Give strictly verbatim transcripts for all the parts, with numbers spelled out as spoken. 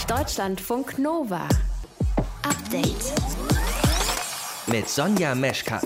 Deutschlandfunk Nova. Update. Mit Sonja Meschkat.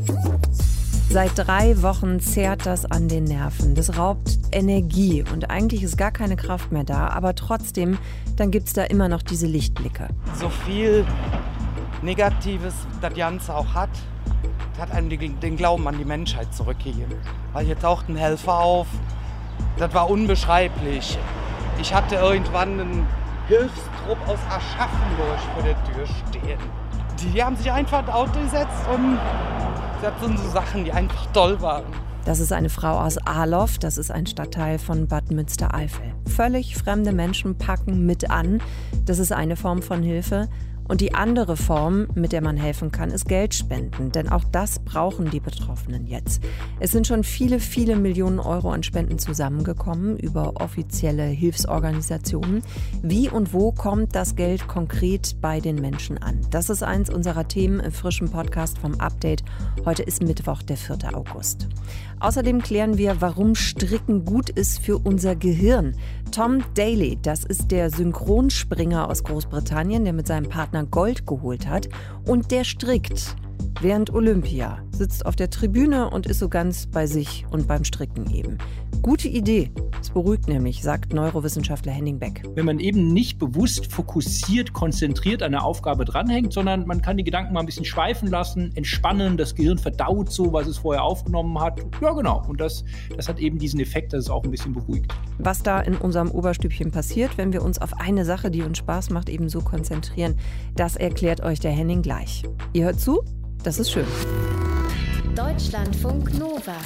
Seit drei Wochen zehrt das an den Nerven. Das raubt Energie und eigentlich ist gar keine Kraft mehr da. Aber trotzdem, dann gibt es da immer noch diese Lichtblicke. So viel Negatives das Ganze auch hat, hat einem den Glauben an die Menschheit zurückgegeben. Weil hier taucht ein Helfer auf, das war unbeschreiblich. Ich hatte irgendwann einen Hilfstrupp aus Aschaffenburg vor der Tür stehen. Die haben sich einfach ins Auto gesetzt und das sind so Sachen, die einfach toll waren. Das ist eine Frau aus Ahloff, das ist ein Stadtteil von Bad Münstereifel. Völlig fremde Menschen packen mit an, das ist eine Form von Hilfe. Und die andere Form, mit der man helfen kann, ist Geld spenden. Denn auch das brauchen die Betroffenen jetzt. Es sind schon viele, viele Millionen Euro an Spenden zusammengekommen über offizielle Hilfsorganisationen. Wie und wo kommt das Geld konkret bei den Menschen an? Das ist eins unserer Themen im frischen Podcast vom Update. Heute ist Mittwoch, der vierte August. Außerdem klären wir, warum Stricken gut ist für unser Gehirn. Tom Daley, das ist der Synchronspringer aus Großbritannien, der mit seinem Partner Gold geholt hat. Und der strickt während Olympia, sitzt auf der Tribüne und ist so ganz bei sich und beim Stricken eben. Gute Idee. Es beruhigt nämlich, sagt Neurowissenschaftler Henning Beck. Wenn man eben nicht bewusst, fokussiert, konzentriert an einer Aufgabe dranhängt, sondern man kann die Gedanken mal ein bisschen schweifen lassen, entspannen, das Gehirn verdaut so, was es vorher aufgenommen hat. Ja, genau. Und das, das hat eben diesen Effekt, dass es auch ein bisschen beruhigt. Was da in unserem Oberstübchen passiert, wenn wir uns auf eine Sache, die uns Spaß macht, eben so konzentrieren, das erklärt euch der Henning gleich. Ihr hört zu? Das ist schön. Deutschlandfunk Nova.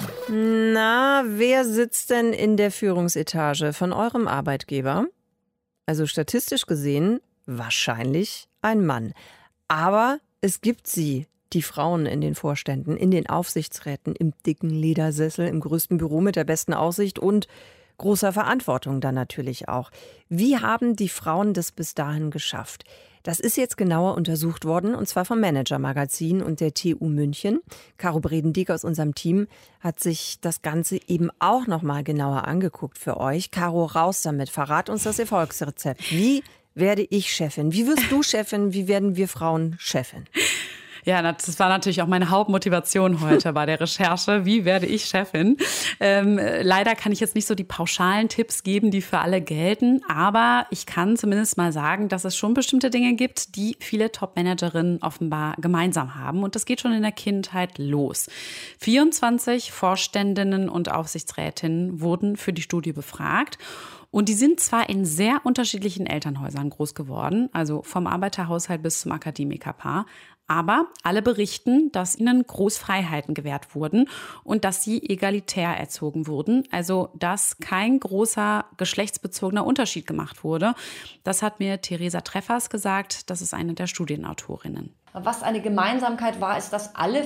Na, wer sitzt denn in der Führungsetage von eurem Arbeitgeber? Also statistisch gesehen wahrscheinlich ein Mann. Aber es gibt sie, die Frauen in den Vorständen, in den Aufsichtsräten, im dicken Ledersessel, im größten Büro mit der besten Aussicht und großer Verantwortung dann natürlich auch. Wie haben die Frauen das bis dahin geschafft? Das ist jetzt genauer untersucht worden, und zwar vom Manager-Magazin und der T U München. Caro Bredendieck aus unserem Team hat sich das Ganze eben auch noch mal genauer angeguckt für euch. Caro, raus damit. Verrat uns das Erfolgsrezept. Wie werde ich Chefin? Wie wirst du Chefin? Wie werden wir Frauen Chefin? Ja, das war natürlich auch meine Hauptmotivation heute bei der Recherche. Wie werde ich Chefin? Ähm, leider kann ich jetzt nicht so die pauschalen Tipps geben, die für alle gelten. Aber ich kann zumindest mal sagen, dass es schon bestimmte Dinge gibt, die viele Top-Managerinnen offenbar gemeinsam haben. Und das geht schon in der Kindheit los. vierundzwanzig Vorständinnen und Aufsichtsrätinnen wurden für die Studie befragt. Und die sind zwar in sehr unterschiedlichen Elternhäusern groß geworden, also vom Arbeiterhaushalt bis zum Akademikerpaar, aber alle berichten, dass ihnen Großfreiheiten gewährt wurden und dass sie egalitär erzogen wurden, also dass kein großer geschlechtsbezogener Unterschied gemacht wurde. Das hat mir Theresa Treffers gesagt, das ist eine der Studienautorinnen. Was eine Gemeinsamkeit war, ist, dass alle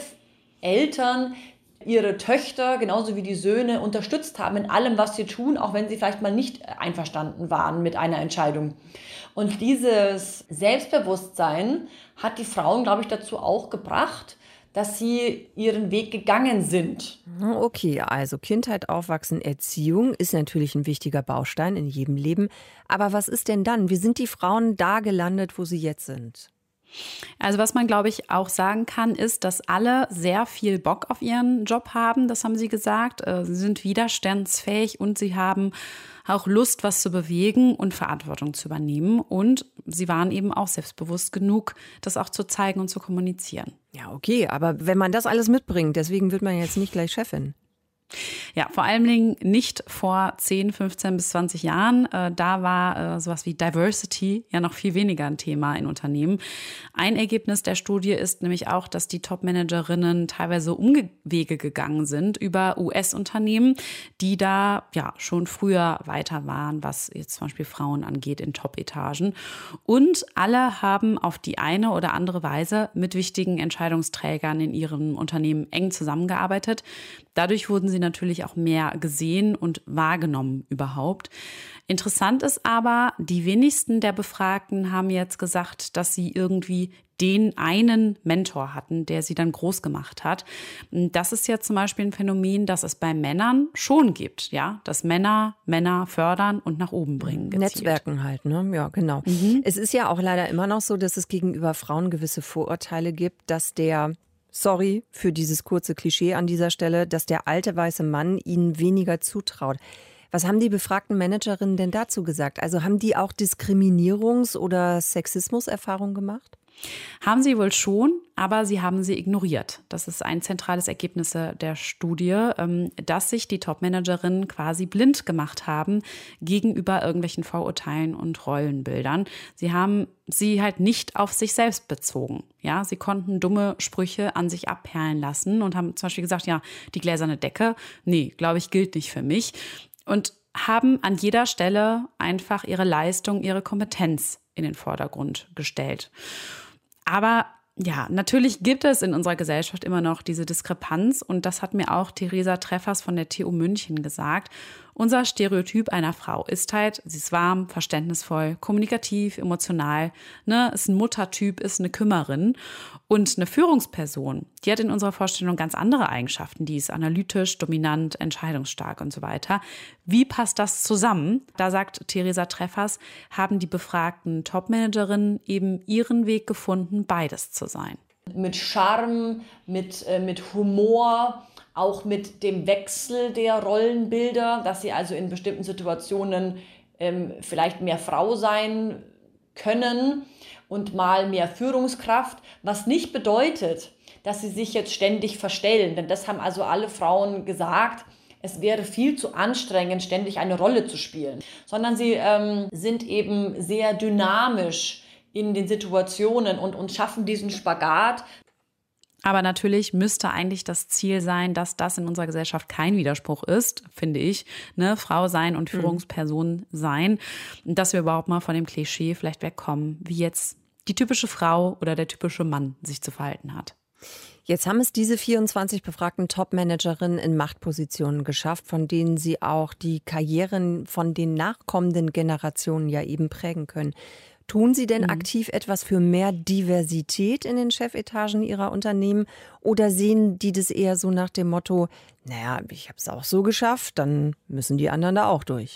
Eltern ihre Töchter genauso wie die Söhne unterstützt haben in allem, was sie tun, auch wenn sie vielleicht mal nicht einverstanden waren mit einer Entscheidung. Und dieses Selbstbewusstsein hat die Frauen, glaube ich, dazu auch gebracht, dass sie ihren Weg gegangen sind. Okay, also Kindheit, Aufwachsen, Erziehung ist natürlich ein wichtiger Baustein in jedem Leben. Aber was ist denn dann? Wie sind die Frauen da gelandet, wo sie jetzt sind? Also was man, glaube ich, auch sagen kann, ist, dass alle sehr viel Bock auf ihren Job haben, das haben sie gesagt. Sie sind widerstandsfähig und sie haben auch Lust, was zu bewegen und Verantwortung zu übernehmen. Und sie waren eben auch selbstbewusst genug, das auch zu zeigen und zu kommunizieren. Ja, okay, aber wenn man das alles mitbringt, deswegen wird man jetzt nicht gleich Chefin. Ja, vor allen Dingen nicht vor zehn, fünfzehn bis zwanzig Jahren. Äh, da war äh, sowas wie Diversity ja noch viel weniger ein Thema in Unternehmen. Ein Ergebnis der Studie ist nämlich auch, dass die Top-Managerinnen teilweise Umwege gegangen sind über U S-Unternehmen, die da ja schon früher weiter waren, was jetzt zum Beispiel Frauen angeht in Top-Etagen. Und alle haben auf die eine oder andere Weise mit wichtigen Entscheidungsträgern in ihrem Unternehmen eng zusammengearbeitet. Dadurch wurden sie natürlich auch mehr gesehen und wahrgenommen überhaupt. Interessant ist aber, die wenigsten der Befragten haben jetzt gesagt, dass sie irgendwie den einen Mentor hatten, der sie dann groß gemacht hat. Das ist ja zum Beispiel ein Phänomen, das es bei Männern schon gibt, ja, dass Männer Männer fördern und nach oben bringen. Gezielt. Netzwerken halt, ne? Ja, genau. Mhm. Es ist ja auch leider immer noch so, dass es gegenüber Frauen gewisse Vorurteile gibt, dass der Sorry für dieses kurze Klischee an dieser Stelle, dass der alte weiße Mann ihnen weniger zutraut. Was haben die befragten Managerinnen denn dazu gesagt? Also haben die auch Diskriminierungs- oder Sexismuserfahrungen gemacht? Haben sie wohl schon, aber sie haben sie ignoriert. Das ist ein zentrales Ergebnis der Studie, dass sich die Top-Managerinnen quasi blind gemacht haben gegenüber irgendwelchen Vorurteilen und Rollenbildern. Sie haben sie halt nicht auf sich selbst bezogen. Ja, sie konnten dumme Sprüche an sich abperlen lassen und haben zum Beispiel gesagt, ja, die gläserne Decke, nee, glaube ich, gilt nicht für mich. Und haben an jeder Stelle einfach ihre Leistung, ihre Kompetenz in den Vordergrund gestellt. Aber ja, natürlich gibt es in unserer Gesellschaft immer noch diese Diskrepanz und das hat mir auch Theresa Treffers von der T U München gesagt. Unser Stereotyp einer Frau ist halt, sie ist warm, verständnisvoll, kommunikativ, emotional, ne, ist ein Muttertyp, ist eine Kümmerin. Und eine Führungsperson, die hat in unserer Vorstellung ganz andere Eigenschaften. Die ist analytisch, dominant, entscheidungsstark und so weiter. Wie passt das zusammen? Da sagt Theresa Treffers, haben die befragten Topmanagerinnen eben ihren Weg gefunden, beides zu sein. Mit Charme, mit, äh, mit Humor, auch mit dem Wechsel der Rollenbilder, dass sie also in bestimmten Situationen ähm, vielleicht mehr Frau sein können und mal mehr Führungskraft, was nicht bedeutet, dass sie sich jetzt ständig verstellen. Denn das haben also alle Frauen gesagt, es wäre viel zu anstrengend, ständig eine Rolle zu spielen. Sondern sie ähm, sind eben sehr dynamisch in den Situationen und, und schaffen diesen Spagat. Aber natürlich müsste eigentlich das Ziel sein, dass das in unserer Gesellschaft kein Widerspruch ist, finde ich, ne? Frau sein und Führungsperson sein. Dass wir überhaupt mal von dem Klischee vielleicht wegkommen, wie jetzt die typische Frau oder der typische Mann sich zu verhalten hat. Jetzt haben es diese vierundzwanzig befragten Top-Managerinnen in Machtpositionen geschafft, von denen sie auch die Karrieren von den nachkommenden Generationen ja eben prägen können. Tun Sie denn mhm. aktiv etwas für mehr Diversität in den Chefetagen Ihrer Unternehmen oder sehen die das eher so nach dem Motto, naja, ich habe es auch so geschafft, dann müssen die anderen da auch durch?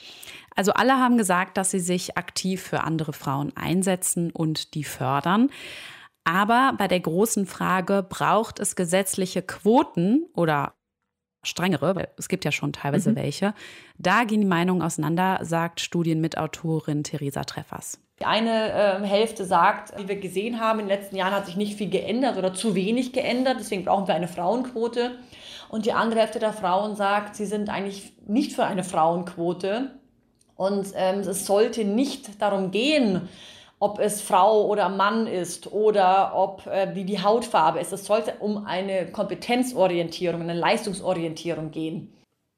Also alle haben gesagt, dass sie sich aktiv für andere Frauen einsetzen und die fördern. Aber bei der großen Frage, braucht es gesetzliche Quoten oder strengere, weil es gibt ja schon teilweise mhm. welche, da gehen die Meinungen auseinander, sagt Studienmitautorin Theresa Treffers. Die eine äh, Hälfte sagt, wie wir gesehen haben, in den letzten Jahren hat sich nicht viel geändert oder zu wenig geändert, deswegen brauchen wir eine Frauenquote. Und die andere Hälfte der Frauen sagt, sie sind eigentlich nicht für eine Frauenquote. Und ähm, es sollte nicht darum gehen, ob es Frau oder Mann ist oder ob äh, wie die Hautfarbe ist. Es sollte um eine Kompetenzorientierung, eine Leistungsorientierung gehen.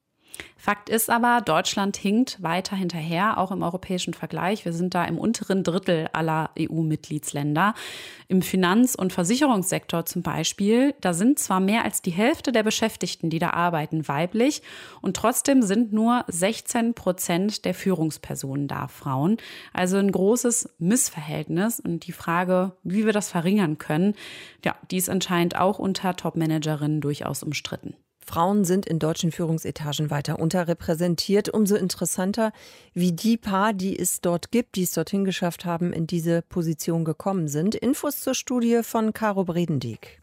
Fakt ist aber, Deutschland hinkt weiter hinterher, auch im europäischen Vergleich. Wir sind da im unteren Drittel aller E U-Mitgliedsländer. Im Finanz- und Versicherungssektor zum Beispiel, da sind zwar mehr als die Hälfte der Beschäftigten, die da arbeiten, weiblich und trotzdem sind nur sechzehn Prozent der Führungspersonen da Frauen. Also ein großes Missverhältnis und die Frage, wie wir das verringern können, ja, die ist anscheinend auch unter Top-Managerinnen durchaus umstritten. Frauen sind in deutschen Führungsetagen weiter unterrepräsentiert. Umso interessanter, wie die paar, die es dort gibt, die es dorthin geschafft haben, in diese Position gekommen sind. Infos zur Studie von Caro Bredendieck.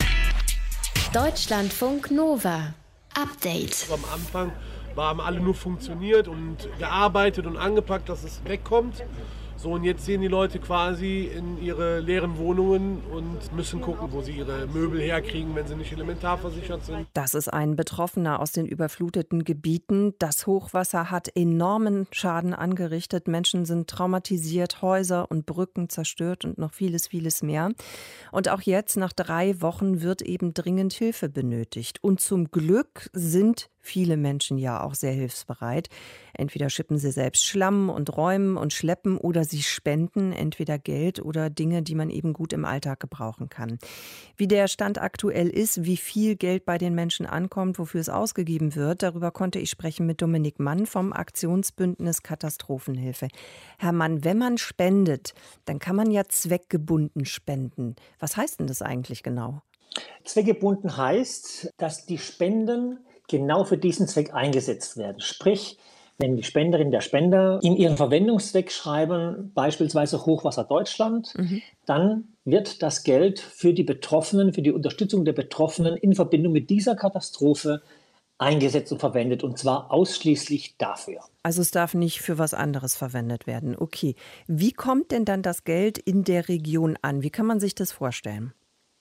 Deutschlandfunk Nova. Update. Am Anfang haben alle nur funktioniert und gearbeitet und angepackt, dass es wegkommt. So, und jetzt sehen die Leute quasi in ihre leeren Wohnungen und müssen gucken, wo sie ihre Möbel herkriegen, wenn sie nicht elementarversichert sind. Das ist ein Betroffener aus den überfluteten Gebieten. Das Hochwasser hat enormen Schaden angerichtet. Menschen sind traumatisiert, Häuser und Brücken zerstört und noch vieles, vieles mehr. Und auch jetzt, nach drei Wochen, wird eben dringend Hilfe benötigt. Und zum Glück sind viele Menschen ja auch sehr hilfsbereit. Entweder schippen sie selbst Schlamm und räumen und schleppen oder sie spenden, entweder Geld oder Dinge, die man eben gut im Alltag gebrauchen kann. Wie der Stand aktuell ist, wie viel Geld bei den Menschen ankommt, wofür es ausgegeben wird, darüber konnte ich sprechen mit Dominik Mann vom Aktionsbündnis Katastrophenhilfe. Herr Mann, wenn man spendet, dann kann man ja zweckgebunden spenden. Was heißt denn das eigentlich genau? Zweckgebunden heißt, dass die Spenden genau für diesen Zweck eingesetzt werden. Sprich, wenn die Spenderin, der Spender in ihren Verwendungszweck schreiben, beispielsweise Hochwasser Deutschland, mhm. dann wird das Geld für die Betroffenen, für die Unterstützung der Betroffenen in Verbindung mit dieser Katastrophe eingesetzt und verwendet, und zwar ausschließlich dafür. Also es darf nicht für was anderes verwendet werden. Okay. Wie kommt denn dann das Geld in der Region an? Wie kann man sich das vorstellen?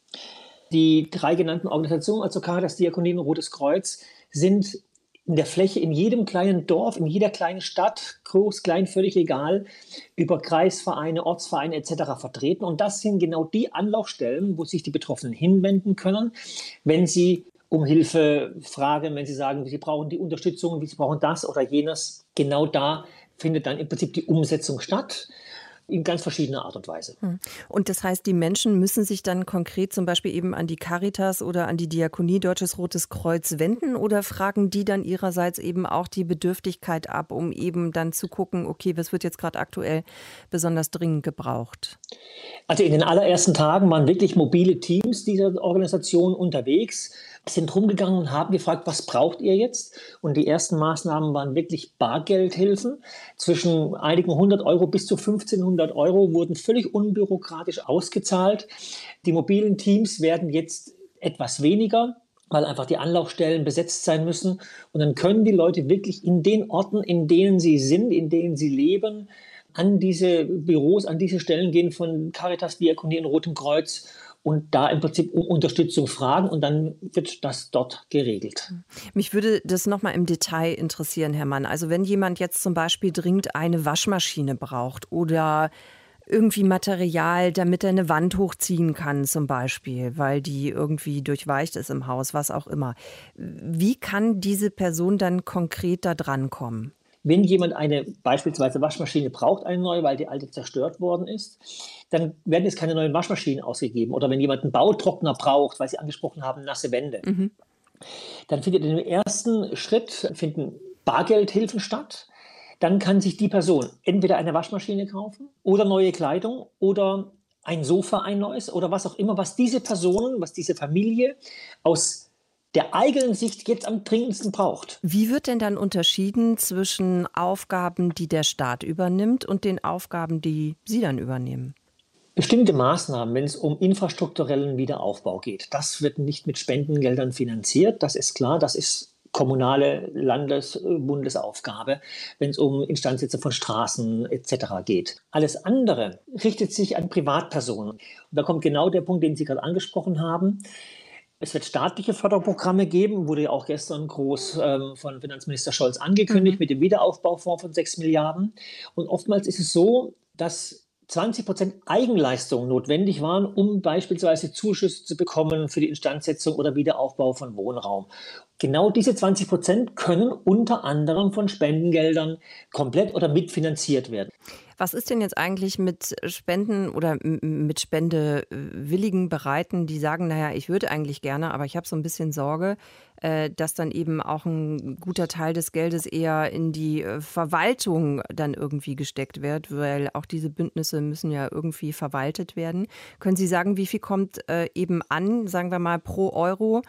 Die drei genannten Organisationen, also Caritas, Diakonie und Rotes Kreuz, sind in der Fläche, in jedem kleinen Dorf, in jeder kleinen Stadt, groß, klein, völlig egal, über Kreisvereine, Ortsvereine et cetera vertreten. Und das sind genau die Anlaufstellen, wo sich die Betroffenen hinwenden können, wenn sie um Hilfe fragen, wenn sie sagen, sie brauchen die Unterstützung, sie brauchen das oder jenes. Genau da findet dann im Prinzip die Umsetzung statt. In ganz verschiedener Art und Weise. Und das heißt, die Menschen müssen sich dann konkret zum Beispiel eben an die Caritas oder an die Diakonie Deutsches Rotes Kreuz wenden, oder fragen die dann ihrerseits eben auch die Bedürftigkeit ab, um eben dann zu gucken, okay, was wird jetzt gerade aktuell besonders dringend gebraucht? Also in den allerersten Tagen waren wirklich mobile Teams dieser Organisation unterwegs, sind rumgegangen und haben gefragt, was braucht ihr jetzt? Und die ersten Maßnahmen waren wirklich Bargeldhilfen. Zwischen einigen hundert Euro bis zu fünfzehnhundert Euro wurden völlig unbürokratisch ausgezahlt. Die mobilen Teams werden jetzt etwas weniger, weil einfach die Anlaufstellen besetzt sein müssen. Und dann können die Leute wirklich in den Orten, in denen sie sind, in denen sie leben, an diese Büros, an diese Stellen gehen von Caritas, Diakonie und Rotem Kreuz und da im Prinzip um Unterstützung fragen, und dann wird das dort geregelt. Mich würde das nochmal im Detail interessieren, Herr Mann. Also wenn jemand jetzt zum Beispiel dringend eine Waschmaschine braucht oder irgendwie Material, damit er eine Wand hochziehen kann zum Beispiel, weil die irgendwie durchweicht ist im Haus, was auch immer. Wie kann diese Person dann konkret da drankommen? Wenn jemand eine beispielsweise Waschmaschine braucht, eine neue, weil die alte zerstört worden ist, dann werden jetzt keine neuen Waschmaschinen ausgegeben. Oder wenn jemand einen Bautrockner braucht, weil Sie angesprochen haben, nasse Wände, mhm. dann findet in dem ersten Schritt finden Bargeldhilfen statt. Dann kann sich die Person entweder eine Waschmaschine kaufen oder neue Kleidung oder ein Sofa, ein neues oder was auch immer, was diese Person, was diese Familie aus der eigenen Sicht jetzt am dringendsten braucht. Wie wird denn dann unterschieden zwischen Aufgaben, die der Staat übernimmt, und den Aufgaben, die Sie dann übernehmen? Bestimmte Maßnahmen, wenn es um infrastrukturellen Wiederaufbau geht, das wird nicht mit Spendengeldern finanziert. Das ist klar, das ist kommunale Landes-, Bundesaufgabe, wenn es um Instandsetzung von Straßen et cetera geht. Alles andere richtet sich an Privatpersonen. Und da kommt genau der Punkt, den Sie gerade angesprochen haben. Es wird staatliche Förderprogramme geben, wurde ja auch gestern groß ähm, von Finanzminister Scholz angekündigt, mhm. mit dem Wiederaufbaufonds von sechs Milliarden. Und oftmals ist es so, dass zwanzig Prozent Eigenleistung notwendig waren, um beispielsweise Zuschüsse zu bekommen für die Instandsetzung oder Wiederaufbau von Wohnraum. Genau diese zwanzig Prozent können unter anderem von Spendengeldern komplett oder mitfinanziert werden. Was ist denn jetzt eigentlich mit Spenden oder mit spendewilligen Bereiten, die sagen, naja, ich würde eigentlich gerne, aber ich habe so ein bisschen Sorge, dass dann eben auch ein guter Teil des Geldes eher in die Verwaltung dann irgendwie gesteckt wird, weil auch diese Bündnisse müssen ja irgendwie verwaltet werden. Können Sie sagen, wie viel kommt eben an, sagen wir mal pro Euro,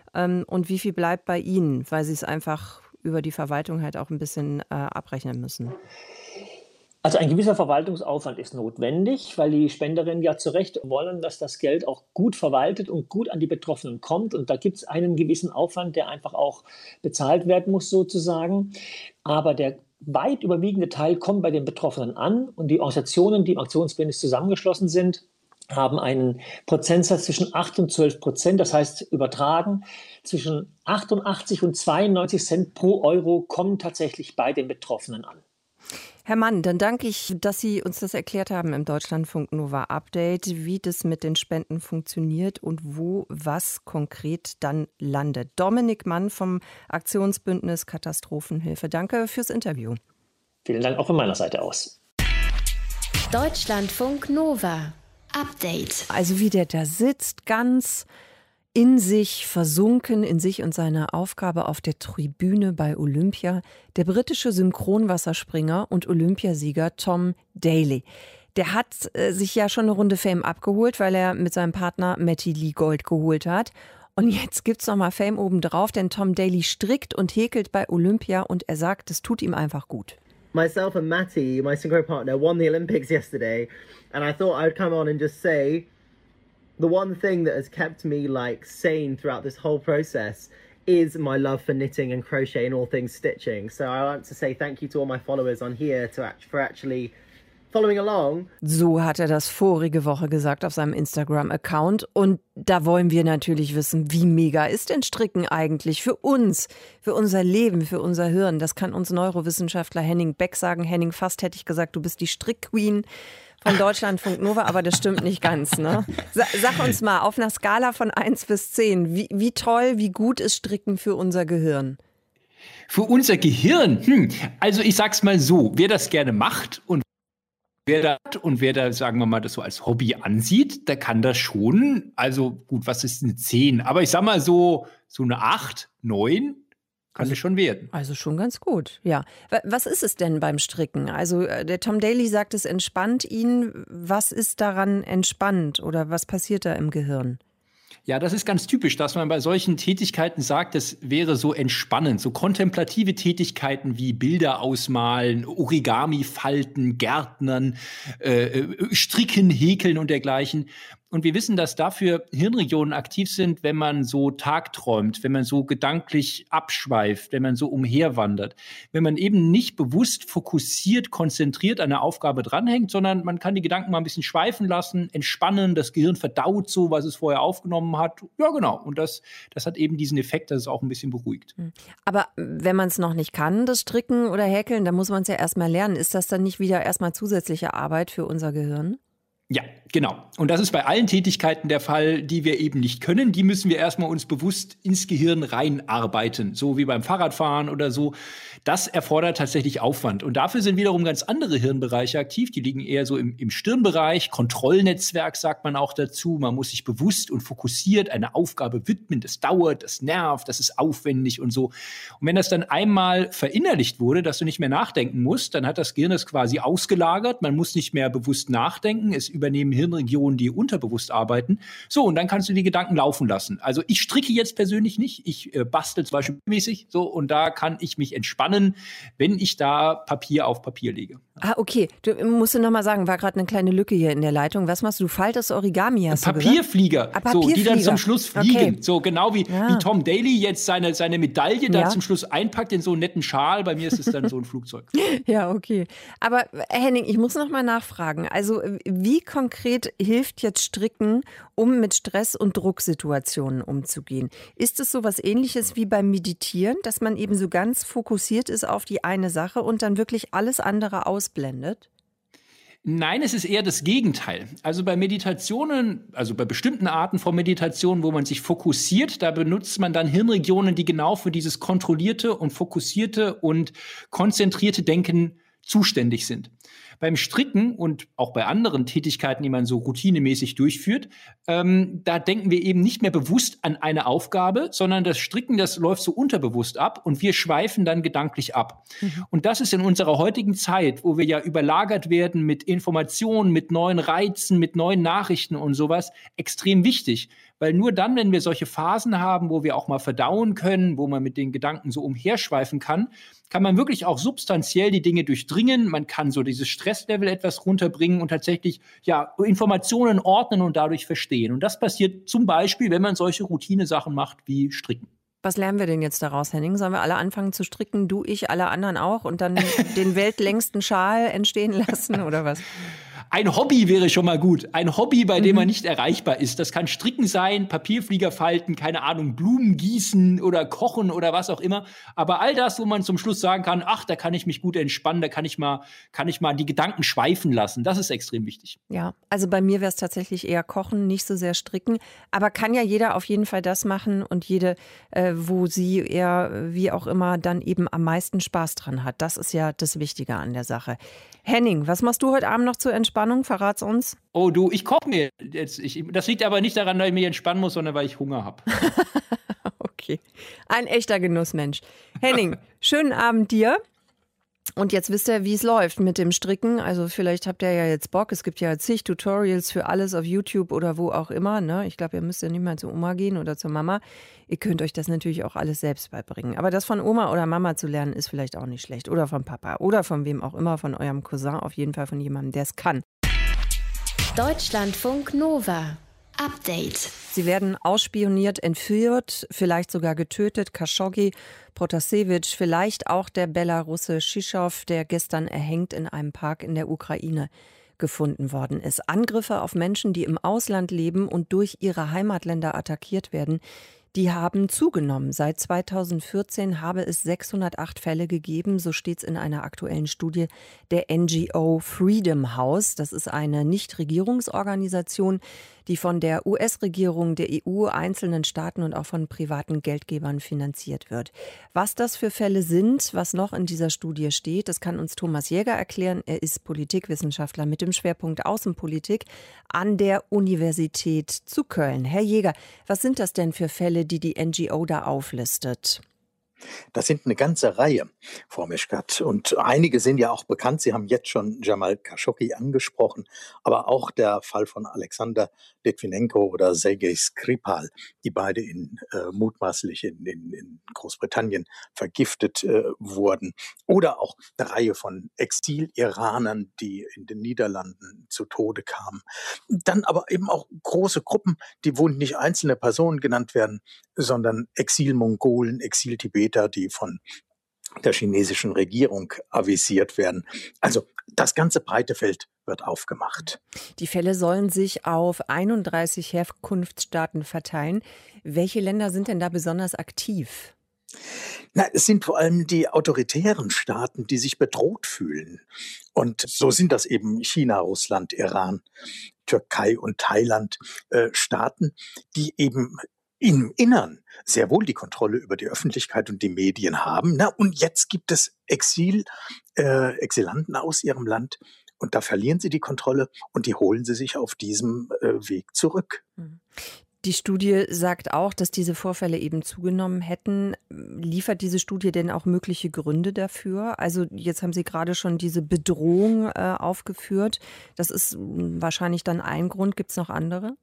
und wie viel bleibt bei Ihnen, weil Sie es einfach über die Verwaltung halt auch ein bisschen abrechnen müssen? Also ein gewisser Verwaltungsaufwand ist notwendig, weil die Spenderinnen ja zu Recht wollen, dass das Geld auch gut verwaltet und gut an die Betroffenen kommt. Und da gibt es einen gewissen Aufwand, der einfach auch bezahlt werden muss sozusagen. Aber der weit überwiegende Teil kommt bei den Betroffenen an. Und die Organisationen, die im Aktionsbündnis zusammengeschlossen sind, haben einen Prozentsatz zwischen acht und zwölf Prozent. Das heißt, übertragen, zwischen achtundachtzig und zweiundneunzig Cent pro Euro kommen tatsächlich bei den Betroffenen an. Herr Mann, dann danke ich, dass Sie uns das erklärt haben im Deutschlandfunk Nova Update, wie das mit den Spenden funktioniert und wo was konkret dann landet. Dominik Mann vom Aktionsbündnis Katastrophenhilfe. Danke fürs Interview. Vielen Dank auch von meiner Seite aus. Deutschlandfunk Nova. Update. Also wie der da sitzt, ganz in sich versunken, in sich und seiner Aufgabe auf der Tribüne bei Olympia, der britische Synchronwasserspringer und Olympiasieger Tom Daley. Der hat äh, sich ja schon eine Runde Fame abgeholt, weil er mit seinem Partner Matty Lee Gold geholt hat. Und jetzt gibt's noch mal Fame obendrauf, denn Tom Daley strickt und häkelt bei Olympia und er sagt, es tut ihm einfach gut. Myself and Matty, my synchro partner, won the Olympics yesterday, and I thought I'd come on and just say the one thing that has kept me like sane throughout this whole process is my love for knitting and crochet and all things stitching. So I want to say thank you to all my followers on here to act, for actually following along. So hat er das vorige Woche gesagt auf seinem Instagram-Account. Und da wollen wir natürlich wissen, wie mega ist denn Stricken eigentlich für uns, für unser Leben, für unser Hirn? Das kann uns Neurowissenschaftler Henning Beck sagen. Henning, fast hätte ich gesagt, du bist die Strickqueen von Deutschlandfunk Nova, aber das stimmt nicht ganz, ne? Sa- sag uns mal, auf einer Skala von eins bis zehn, wie, wie toll, wie gut ist Stricken für unser Gehirn? Für unser Gehirn? Hm. Also ich sag's mal so, wer das gerne macht und Wer da und wer da, sagen wir mal, das so als Hobby ansieht, der kann das schon. Also gut, was ist eine zehn? Aber ich sag mal so, so eine acht, neun kann es schon werden. Also schon ganz gut, ja. Was ist es denn beim Stricken? Also der Tom Daley sagt, es entspannt ihn. Was ist daran entspannt oder was passiert da im Gehirn? Ja, das ist ganz typisch, dass man bei solchen Tätigkeiten sagt, das wäre so entspannend. So kontemplative Tätigkeiten wie Bilder ausmalen, Origami falten, Gärtnern, äh, Stricken, Häkeln und dergleichen. Und wir wissen, dass dafür Hirnregionen aktiv sind, wenn man so tagträumt, wenn man so gedanklich abschweift, wenn man so umherwandert. Wenn man eben nicht bewusst, fokussiert, konzentriert an einer Aufgabe dranhängt, sondern man kann die Gedanken mal ein bisschen schweifen lassen, entspannen, das Gehirn verdaut so, was es vorher aufgenommen hat. Ja, genau. Und das, das hat eben diesen Effekt, dass es auch ein bisschen beruhigt. Aber wenn man es noch nicht kann, das Stricken oder Häkeln, dann muss man es ja erstmal lernen. Ist das dann nicht wieder erstmal zusätzliche Arbeit für unser Gehirn? Ja, genau. Und das ist bei allen Tätigkeiten der Fall, die wir eben nicht können. Die müssen wir erstmal uns bewusst ins Gehirn reinarbeiten. So wie beim Fahrradfahren oder so. Das erfordert tatsächlich Aufwand. Und dafür sind wiederum ganz andere Hirnbereiche aktiv. Die liegen eher so im, im Stirnbereich. Kontrollnetzwerk sagt man auch dazu. Man muss sich bewusst und fokussiert einer Aufgabe widmen. Das dauert, das nervt, das ist aufwendig und so. Und wenn das dann einmal verinnerlicht wurde, dass du nicht mehr nachdenken musst, dann hat das Gehirn das quasi ausgelagert. Man muss nicht mehr bewusst nachdenken. Es übernehmen Hirnregionen, die unterbewusst arbeiten. So, und dann kannst du die Gedanken laufen lassen. Also ich stricke jetzt persönlich nicht. Ich äh, bastel zum Beispiel mäßig so und da kann ich mich entspannen, wenn ich da Papier auf Papier lege. Ah, okay. Du musst noch mal sagen, war gerade eine kleine Lücke hier in der Leitung. Was machst du? Du faltest Origami, hast Papierflieger, du gesagt? Ah, so, die dann Papierflieger. zum Schluss fliegen. Okay. So genau wie, Ja. wie Tom Daley jetzt seine, seine Medaille da Ja. zum Schluss einpackt in so einen netten Schal. Bei mir ist es dann so ein Flugzeug. Ja, okay. Aber Henning, ich muss noch mal nachfragen. Also wie konkret hilft jetzt Stricken, um mit Stress- und Drucksituationen umzugehen? Ist es so was Ähnliches wie beim Meditieren, dass man eben so ganz fokussiert ist auf die eine Sache und dann wirklich alles andere ausblendet? Nein, es ist eher das Gegenteil. Also bei Meditationen, also bei bestimmten Arten von Meditationen, wo man sich fokussiert, da benutzt man dann Hirnregionen, die genau für dieses kontrollierte und fokussierte und konzentrierte Denken zuständig sind. Beim Stricken und auch bei anderen Tätigkeiten, die man so routinemäßig durchführt, ähm, da denken wir eben nicht mehr bewusst an eine Aufgabe, sondern das Stricken, das läuft so unterbewusst ab und wir schweifen dann gedanklich ab. Mhm. Und das ist in unserer heutigen Zeit, wo wir ja überlagert werden mit Informationen, mit neuen Reizen, mit neuen Nachrichten und sowas, extrem wichtig. Weil nur dann, wenn wir solche Phasen haben, wo wir auch mal verdauen können, wo man mit den Gedanken so umherschweifen kann, kann man wirklich auch substanziell die Dinge durchdringen. Man kann so dieses Stresslevel etwas runterbringen und tatsächlich ja Informationen ordnen und dadurch verstehen. Und das passiert zum Beispiel, wenn man solche Routine-Sachen macht wie Stricken. Was lernen wir denn jetzt daraus, Henning? Sollen wir alle anfangen zu stricken, du, ich, alle anderen auch und dann den weltlängsten Schal entstehen lassen oder was? Ein Hobby wäre schon mal gut. Ein Hobby, bei dem Mhm. man nicht erreichbar ist. Das kann Stricken sein, Papierflieger falten, keine Ahnung, Blumen gießen oder kochen oder was auch immer. Aber all das, wo man zum Schluss sagen kann, ach, da kann ich mich gut entspannen, da kann ich mal, kann ich mal die Gedanken schweifen lassen. Das ist extrem wichtig. Ja, also bei mir wäre es tatsächlich eher Kochen, nicht so sehr Stricken. Aber kann ja jeder auf jeden Fall das machen und jede, äh, wo sie eher, wie auch immer, dann eben am meisten Spaß dran hat. Das ist ja das Wichtige an der Sache. Henning, was machst du heute Abend noch zur Entspannung? Entspannung? Verrat's uns. Oh du, ich koche mir jetzt. Ich, das liegt aber nicht daran, dass ich mich entspannen muss, sondern weil ich Hunger habe. Okay, ein echter Genussmensch. Henning, schönen Abend dir. Und jetzt wisst ihr, wie es läuft mit dem Stricken. Also vielleicht habt ihr ja jetzt Bock. Es gibt ja zig Tutorials für alles auf YouTube oder wo auch immer. Ne? Ich glaube, ihr müsst ja nicht mal zu Oma gehen oder zur Mama. Ihr könnt euch das natürlich auch alles selbst beibringen. Aber das von Oma oder Mama zu lernen, ist vielleicht auch nicht schlecht. Oder von Papa oder von wem auch immer, von eurem Cousin. Auf jeden Fall von jemandem, der es kann. Deutschlandfunk Nova. Update. Sie werden ausspioniert, entführt, vielleicht sogar getötet. Khashoggi, Protasevich, vielleicht auch der Belarusse Shishow, der gestern erhängt in einem Park in der Ukraine gefunden worden ist. Angriffe auf Menschen, die im Ausland leben und durch ihre Heimatländer attackiert werden, die haben zugenommen. Seit zweitausendvierzehn habe es sechshundertacht Fälle gegeben, so steht es in einer aktuellen Studie der N G O Freedom House. Das ist eine Nichtregierungsorganisation, die von der U S-Regierung, der E U, einzelnen Staaten und auch von privaten Geldgebern finanziert wird. Was das für Fälle sind, was noch in dieser Studie steht, das kann uns Thomas Jäger erklären. Er ist Politikwissenschaftler mit dem Schwerpunkt Außenpolitik an der Universität zu Köln. Herr Jäger, was sind das denn für Fälle, die die N G O da auflistet? Das sind eine ganze Reihe, Frau Meschkat. Und einige sind ja auch bekannt. Sie haben jetzt schon Jamal Khashoggi angesprochen, aber auch der Fall von Alexander Litvinenko oder Sergei Skripal, die beide in, äh, mutmaßlich in, in, in Großbritannien vergiftet äh, wurden. Oder auch eine Reihe von Exil-Iranern, die in den Niederlanden zu Tode kamen. Dann aber eben auch große Gruppen, die wo nicht einzelne Personen genannt werden, sondern Exil-Mongolen, Exil-Tibeter, die von der chinesischen Regierung avisiert werden. Also das ganze breite Feld wird aufgemacht. Die Fälle sollen sich auf einunddreißig Herkunftsstaaten verteilen. Welche Länder sind denn da besonders aktiv? Na, es sind vor allem die autoritären Staaten, die sich bedroht fühlen. Und so sind das eben China, Russland, Iran, Türkei und Thailand, äh, Staaten, die eben im Innern sehr wohl die Kontrolle über die Öffentlichkeit und die Medien haben. Na, und jetzt gibt es Exil, äh, Exilanten aus ihrem Land und da verlieren sie die Kontrolle und die holen sie sich auf diesem äh, Weg zurück. Die Studie sagt auch, dass diese Vorfälle eben zugenommen hätten. Liefert diese Studie denn auch mögliche Gründe dafür? Also jetzt haben Sie gerade schon diese Bedrohung äh, aufgeführt. Das ist wahrscheinlich dann ein Grund. Gibt es noch andere?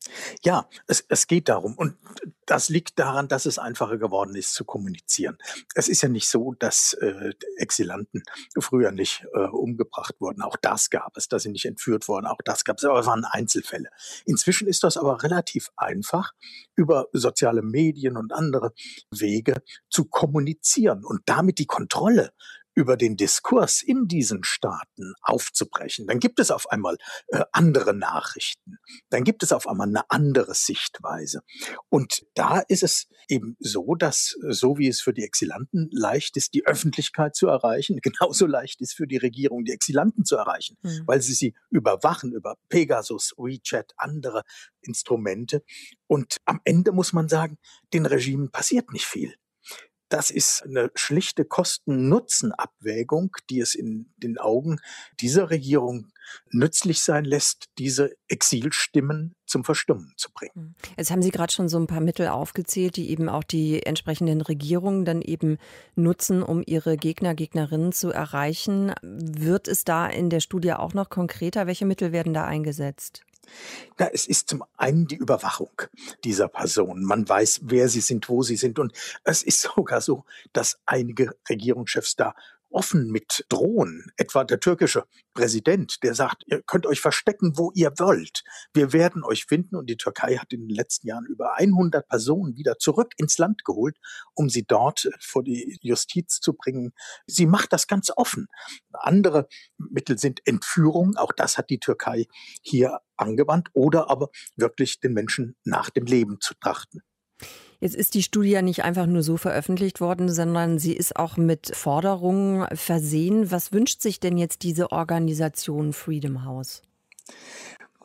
Ja, es, es geht darum und das liegt daran, dass es einfacher geworden ist zu kommunizieren. Es ist ja nicht so, dass äh, Exilanten früher nicht äh, umgebracht wurden. Auch das gab es, dass sie nicht entführt wurden. Auch das gab es, aber es waren Einzelfälle. Inzwischen ist das aber relativ einfach, über soziale Medien und andere Wege zu kommunizieren und damit die Kontrolle über den Diskurs in diesen Staaten aufzubrechen. Dann gibt es auf einmal äh, andere Nachrichten. Dann gibt es auf einmal eine andere Sichtweise. Und da ist es eben so, dass so wie es für die Exilanten leicht ist, die Öffentlichkeit zu erreichen, genauso leicht ist für die Regierung, die Exilanten zu erreichen, mhm. weil sie sie überwachen über Pegasus, WeChat, andere Instrumente. Und am Ende muss man sagen, den Regimen passiert nicht viel. Das ist eine schlichte Kosten-Nutzen-Abwägung, die es in den Augen dieser Regierung nützlich sein lässt, diese Exilstimmen zum Verstummen zu bringen. Jetzt haben Sie gerade schon so ein paar Mittel aufgezählt, die eben auch die entsprechenden Regierungen dann eben nutzen, um ihre Gegner, Gegnerinnen zu erreichen. Wird es da in der Studie auch noch konkreter? Welche Mittel werden da eingesetzt? Na, es ist zum einen die Überwachung dieser Personen. Man weiß, wer sie sind, wo sie sind. Und es ist sogar so, dass einige Regierungschefs da offen mit drohen. Etwa der türkische Präsident, der sagt, ihr könnt euch verstecken, wo ihr wollt. Wir werden euch finden. Und die Türkei hat in den letzten Jahren über hundert Personen wieder zurück ins Land geholt, um sie dort vor die Justiz zu bringen. Sie macht das ganz offen. Andere Mittel sind Entführung. Auch das hat die Türkei hier angewandt. Oder aber wirklich den Menschen nach dem Leben zu trachten. Jetzt ist die Studie ja nicht einfach nur so veröffentlicht worden, sondern sie ist auch mit Forderungen versehen. Was wünscht sich denn jetzt diese Organisation Freedom House?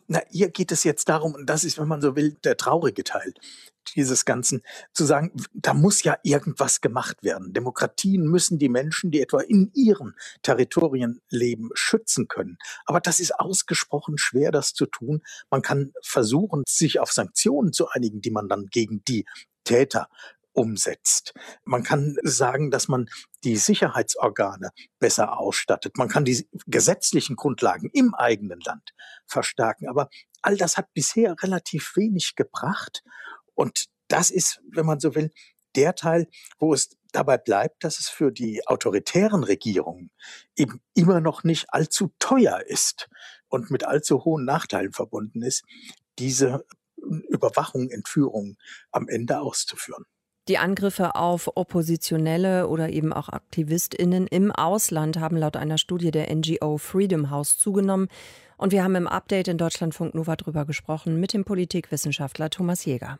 na, hier geht es jetzt darum, und das ist, wenn man so will, der traurige Teil dieses Ganzen, zu sagen, da muss ja irgendwas gemacht werden. Demokratien müssen die Menschen, die etwa in ihren Territorien leben, schützen können. Aber das ist ausgesprochen schwer, das zu tun. Man kann versuchen, sich auf Sanktionen zu einigen, die man dann gegen die Täter umsetzt. Man kann sagen, dass man die Sicherheitsorgane besser ausstattet. Man kann die gesetzlichen Grundlagen im eigenen Land verstärken. Aber all das hat bisher relativ wenig gebracht. Und das ist, wenn man so will, der Teil, wo es dabei bleibt, dass es für die autoritären Regierungen eben immer noch nicht allzu teuer ist und mit allzu hohen Nachteilen verbunden ist, diese Überwachung, Entführung am Ende auszuführen. Die Angriffe auf Oppositionelle oder eben auch AktivistInnen im Ausland haben laut einer Studie der N G O Freedom House zugenommen. Und wir haben im Update in Deutschlandfunk Nova drüber gesprochen mit dem Politikwissenschaftler Thomas Jäger.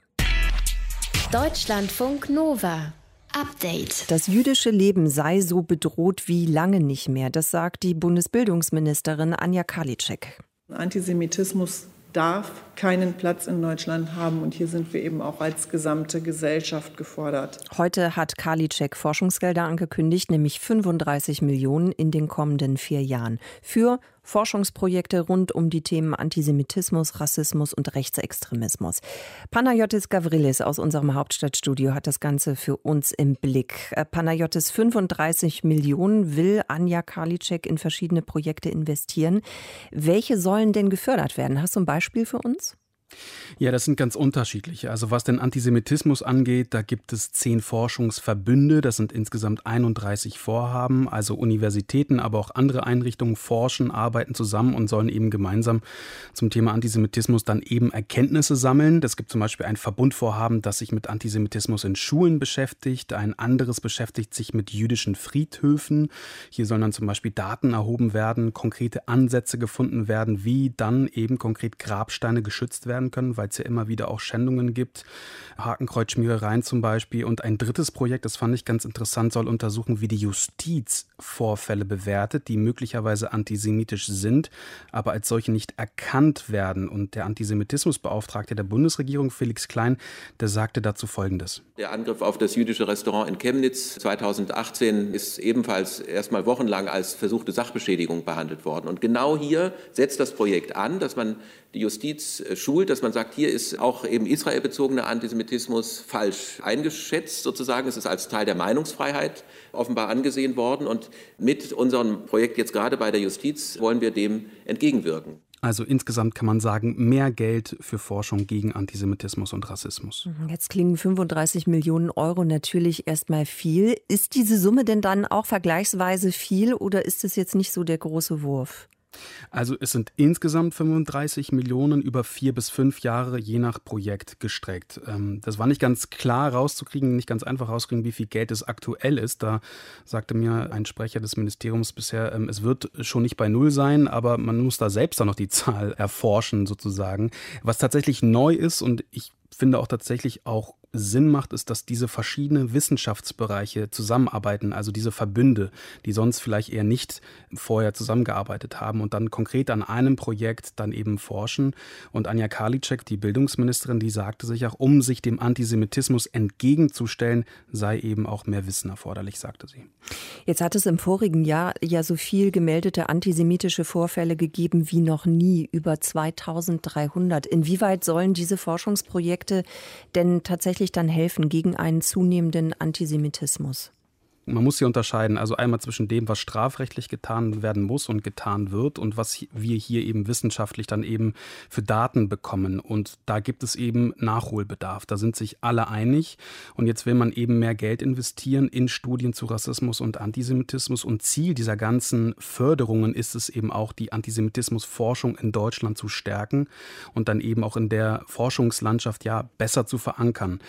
Deutschlandfunk Nova. Update. Das jüdische Leben sei so bedroht wie lange nicht mehr. Das sagt die Bundesbildungsministerin Anja Karliczek. Antisemitismus darf keinen Platz in Deutschland haben. Und hier sind wir eben auch als gesamte Gesellschaft gefordert. Heute hat Karliczek Forschungsgelder angekündigt, nämlich fünfunddreißig Millionen in den kommenden vier Jahren. Für Forschungsprojekte rund um die Themen Antisemitismus, Rassismus und Rechtsextremismus. Panayotis Gavrilis aus unserem Hauptstadtstudio hat das Ganze für uns im Blick. Panayotis, fünfunddreißig Millionen will Anja Karliczek in verschiedene Projekte investieren. Welche sollen denn gefördert werden? Hast du ein Beispiel für uns? Ja, das sind ganz unterschiedliche. Also was den Antisemitismus angeht, da gibt es zehn Forschungsverbünde. Das sind insgesamt einunddreißig Vorhaben. Also Universitäten, aber auch andere Einrichtungen forschen, arbeiten zusammen und sollen eben gemeinsam zum Thema Antisemitismus dann eben Erkenntnisse sammeln. Es gibt zum Beispiel ein Verbundvorhaben, das sich mit Antisemitismus in Schulen beschäftigt. Ein anderes beschäftigt sich mit jüdischen Friedhöfen. Hier sollen dann zum Beispiel Daten erhoben werden, konkrete Ansätze gefunden werden, wie dann eben konkret Grabsteine geschützt werden können, weil es ja immer wieder auch Schändungen gibt. Hakenkreuzschmierereien zum Beispiel. Und ein drittes Projekt, das fand ich ganz interessant, soll untersuchen, wie die Justiz Vorfälle bewertet, die möglicherweise antisemitisch sind, aber als solche nicht erkannt werden. Und der Antisemitismusbeauftragte der Bundesregierung, Felix Klein, der sagte dazu Folgendes. Der Angriff auf das jüdische Restaurant in Chemnitz zweitausendachtzehn ist ebenfalls erstmal wochenlang als versuchte Sachbeschädigung behandelt worden. Und genau hier setzt das Projekt an, dass man die Justiz schult, dass man sagt, hier ist auch eben israelbezogener Antisemitismus falsch eingeschätzt sozusagen. Es ist als Teil der Meinungsfreiheit offenbar angesehen worden. Und mit unserem Projekt jetzt gerade bei der Justiz wollen wir dem entgegenwirken. Also insgesamt kann man sagen, mehr Geld für Forschung gegen Antisemitismus und Rassismus. Jetzt klingen fünfunddreißig Millionen Euro natürlich erstmal viel. Ist diese Summe denn dann auch vergleichsweise viel oder ist es jetzt nicht so der große Wurf? Also es sind insgesamt fünfunddreißig Millionen über vier bis fünf Jahre je nach Projekt gestreckt. Das war nicht ganz klar rauszukriegen, nicht ganz einfach rauszukriegen, wie viel Geld es aktuell ist. Da sagte mir ein Sprecher des Ministeriums bisher, es wird schon nicht bei Null sein, aber man muss da selbst dann noch die Zahl erforschen sozusagen. Was tatsächlich neu ist und ich finde auch tatsächlich auch Sinn macht, ist, dass diese verschiedenen Wissenschaftsbereiche zusammenarbeiten, also diese Verbünde, die sonst vielleicht eher nicht vorher zusammengearbeitet haben und dann konkret an einem Projekt dann eben forschen. Und Anja Karliczek, die Bildungsministerin, die sagte sich auch, um sich dem Antisemitismus entgegenzustellen, sei eben auch mehr Wissen erforderlich, sagte sie. Jetzt hat es im vorigen Jahr ja so viel gemeldete antisemitische Vorfälle gegeben wie noch nie, über zweitausenddreihundert. Inwieweit sollen diese Forschungsprojekte denn tatsächlich dann helfen gegen einen zunehmenden Antisemitismus? Man muss hier unterscheiden, also einmal zwischen dem, was strafrechtlich getan werden muss und getan wird und was wir hier eben wissenschaftlich dann eben für Daten bekommen. Und da gibt es eben Nachholbedarf. Da sind sich alle einig. Und jetzt will man eben mehr Geld investieren in Studien zu Rassismus und Antisemitismus. Und Ziel dieser ganzen Förderungen ist es eben auch, die Antisemitismusforschung in Deutschland zu stärken und dann eben auch in der Forschungslandschaft ja besser zu verankern.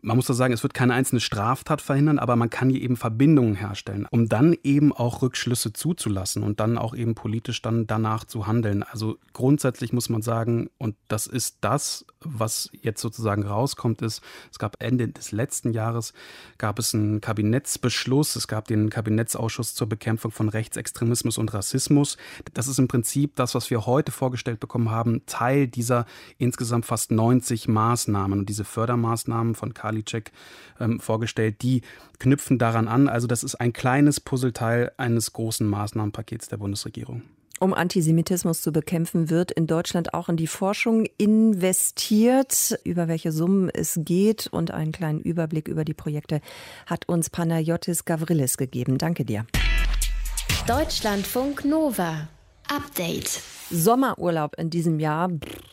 Man muss da sagen, es wird keine einzelne Straftat verhindern, aber man kann hier eben Verbindungen herstellen, um dann eben auch Rückschlüsse zuzulassen und dann auch eben politisch dann danach zu handeln. Also grundsätzlich muss man sagen, und das ist das, was jetzt sozusagen rauskommt, ist, es gab Ende des letzten Jahres, gab es einen Kabinettsbeschluss, es gab den Kabinettsausschuss zur Bekämpfung von Rechtsextremismus und Rassismus. Das ist im Prinzip das, was wir heute vorgestellt bekommen haben, Teil dieser insgesamt fast neunzig Maßnahmen. Und diese Fördermaßnahmen von Karl Ähm, vorgestellt, die knüpfen daran an. Also das ist ein kleines Puzzleteil eines großen Maßnahmenpakets der Bundesregierung. Um Antisemitismus zu bekämpfen, wird in Deutschland auch in die Forschung investiert. Über welche Summen es geht und einen kleinen Überblick über die Projekte hat uns Panayotis Gavrilis gegeben. Danke dir. Deutschlandfunk Nova. Update. Sommerurlaub in diesem Jahr.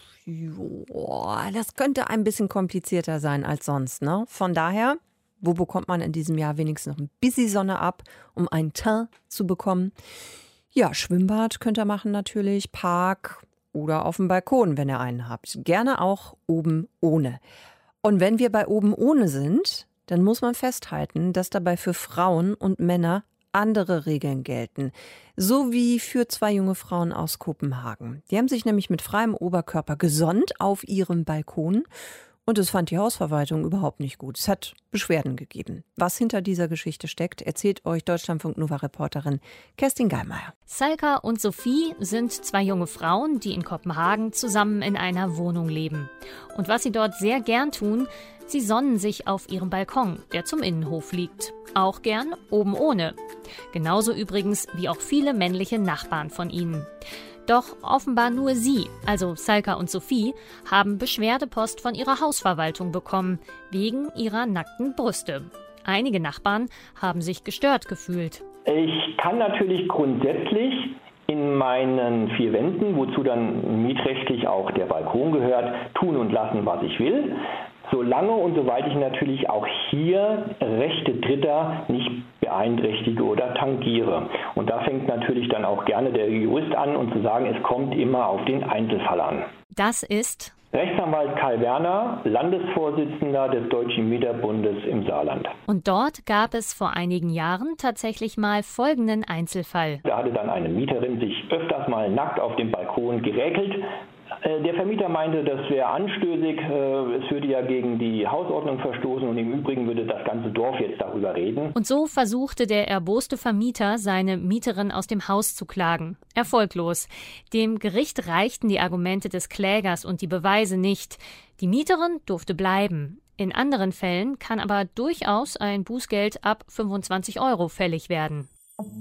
Joa, das könnte ein bisschen komplizierter sein als sonst, ne? Von daher, wo bekommt man in diesem Jahr wenigstens noch ein bisschen Sonne ab, um einen Teint zu bekommen? Ja, Schwimmbad könnt ihr machen natürlich, Park oder auf dem Balkon, wenn ihr einen habt. Gerne auch oben ohne. Und wenn wir bei oben ohne sind, dann muss man festhalten, dass dabei für Frauen und Männer andere Regeln gelten. So wie für zwei junge Frauen aus Kopenhagen. Die haben sich nämlich mit freiem Oberkörper gesonnt auf ihrem Balkon und das fand die Hausverwaltung überhaupt nicht gut. Es hat Beschwerden gegeben. Was hinter dieser Geschichte steckt, erzählt euch Deutschlandfunk-Nova-Reporterin Kerstin Geilmeier. Salka und Sophie sind zwei junge Frauen, die in Kopenhagen zusammen in einer Wohnung leben. Und was sie dort sehr gern tun, sie sonnen sich auf ihrem Balkon, der zum Innenhof liegt. Auch gern oben ohne. Genauso übrigens wie auch viele männliche Nachbarn von ihnen. Doch offenbar nur sie, also Salka und Sophie, haben Beschwerdepost von ihrer Hausverwaltung bekommen, wegen ihrer nackten Brüste. Einige Nachbarn haben sich gestört gefühlt. Ich kann natürlich grundsätzlich in meinen vier Wänden, wozu dann mietrechtlich auch der Balkon gehört, tun und lassen, was ich will. Solange und soweit ich natürlich auch hier Rechte Dritter nicht beeinträchtige oder tangiere. Und da fängt natürlich dann auch gerne der Jurist an und zu sagen, es kommt immer auf den Einzelfall an. Das ist Rechtsanwalt Kai Werner, Landesvorsitzender des Deutschen Mieterbundes im Saarland. Und dort gab es vor einigen Jahren tatsächlich mal folgenden Einzelfall. Da hatte dann eine Mieterin sich öfters mal nackt auf dem Balkon geräkelt. Der Vermieter meinte, das wäre anstößig, es würde ja gegen die Hausordnung verstoßen und im Übrigen würde das ganze Dorf jetzt darüber reden. Und so versuchte der erboste Vermieter, seine Mieterin aus dem Haus zu klagen. Erfolglos. Dem Gericht reichten die Argumente des Klägers und die Beweise nicht. Die Mieterin durfte bleiben. In anderen Fällen kann aber durchaus ein Bußgeld ab fünfundzwanzig Euro fällig werden.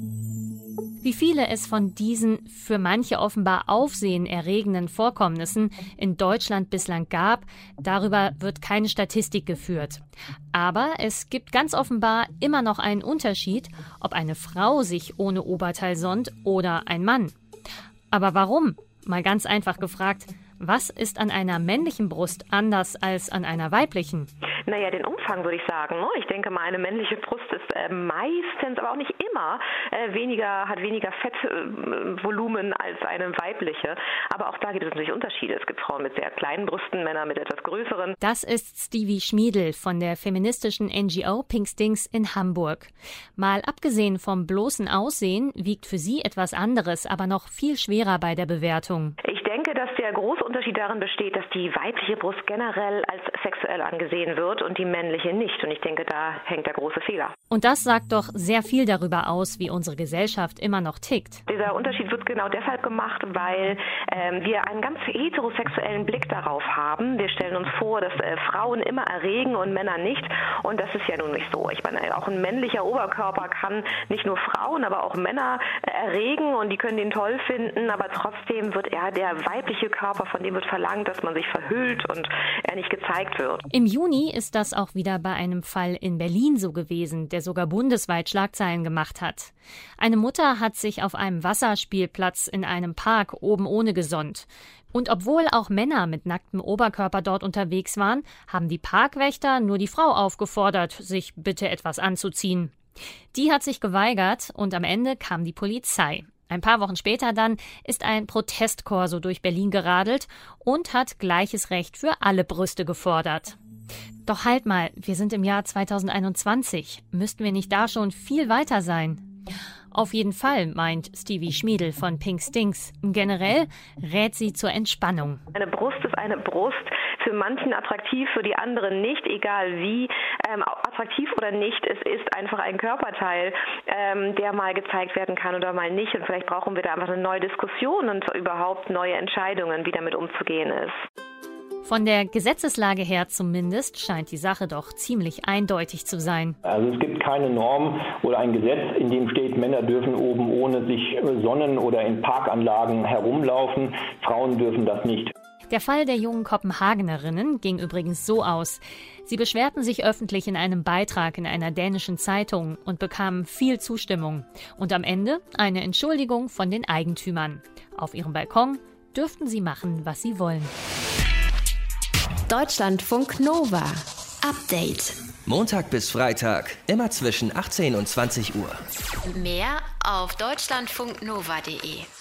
Wie viele es von diesen für manche offenbar aufsehenerregenden Vorkommnissen in Deutschland bislang gab, darüber wird keine Statistik geführt. Aber es gibt ganz offenbar immer noch einen Unterschied, ob eine Frau sich ohne Oberteil sonnt oder ein Mann. Aber warum? Mal ganz einfach gefragt, was ist an einer männlichen Brust anders als an einer weiblichen? Naja, den Umfang würde ich sagen. Ich denke mal, eine männliche Brust ist äh, meistens, aber auch nicht immer, äh, weniger, hat weniger Fettvolumen äh, als eine weibliche. Aber auch da gibt es natürlich Unterschiede. Es gibt Frauen mit sehr kleinen Brüsten, Männer mit etwas größeren. Das ist Stevie Schmiedl von der feministischen N G O Pinkstings in Hamburg. Mal abgesehen vom bloßen Aussehen wiegt für sie etwas anderes, aber noch viel schwerer bei der Bewertung. Ich denke, dass der große Unterschied darin besteht, dass die weibliche Brust generell als sexuell angesehen wird und die männliche nicht. Und ich denke, da hängt der große Fehler. Und das sagt doch sehr viel darüber aus, wie unsere Gesellschaft immer noch tickt. Dieser Unterschied wird genau deshalb gemacht, weil ähm, wir einen ganz heterosexuellen Blick darauf haben. Wir stellen uns vor, dass äh, Frauen immer erregen und Männer nicht. Und das ist ja nun nicht so. Ich meine, auch ein männlicher Oberkörper kann nicht nur Frauen, aber auch Männer äh, erregen und die können den toll finden. Aber trotzdem wird er der weibliche Körper, von dem wird verlangt, dass man sich verhüllt und er nicht gezeigt wird. Im Juni ist das auch wieder bei einem Fall in Berlin so gewesen, der sogar bundesweit Schlagzeilen gemacht hat. Eine Mutter hat sich auf einem Wasserspielplatz in einem Park oben ohne gesonnt. Und obwohl auch Männer mit nacktem Oberkörper dort unterwegs waren, haben die Parkwächter nur die Frau aufgefordert, sich bitte etwas anzuziehen. Die hat sich geweigert und am Ende kam die Polizei. Ein paar Wochen später dann ist ein Protestkorso durch Berlin geradelt und hat gleiches Recht für alle Brüste gefordert. Doch halt mal, wir sind im Jahr zweitausendeinundzwanzig. Müssten wir nicht da schon viel weiter sein? Auf jeden Fall, meint Stevie Schmiedel von Pink Stinks. Generell rät sie zur Entspannung. Eine Brust ist eine Brust. Für manchen attraktiv, für die anderen nicht, egal wie ähm, attraktiv oder nicht, es ist einfach ein Körperteil, ähm, der mal gezeigt werden kann oder mal nicht. Und vielleicht brauchen wir da einfach eine neue Diskussion und überhaupt neue Entscheidungen, wie damit umzugehen ist. Von der Gesetzeslage her zumindest scheint die Sache doch ziemlich eindeutig zu sein. Also es gibt keine Norm oder ein Gesetz, in dem steht, Männer dürfen oben ohne sich sonnen oder in Parkanlagen herumlaufen. Frauen dürfen das nicht. Der Fall der jungen Kopenhagenerinnen ging übrigens so aus. Sie beschwerten sich öffentlich in einem Beitrag in einer dänischen Zeitung und bekamen viel Zustimmung. Und am Ende eine Entschuldigung von den Eigentümern. Auf ihrem Balkon dürften sie machen, was sie wollen. Deutschlandfunk Nova. Update. Montag bis Freitag, immer zwischen achtzehn und zwanzig Uhr. Mehr auf deutschlandfunknova punkt de.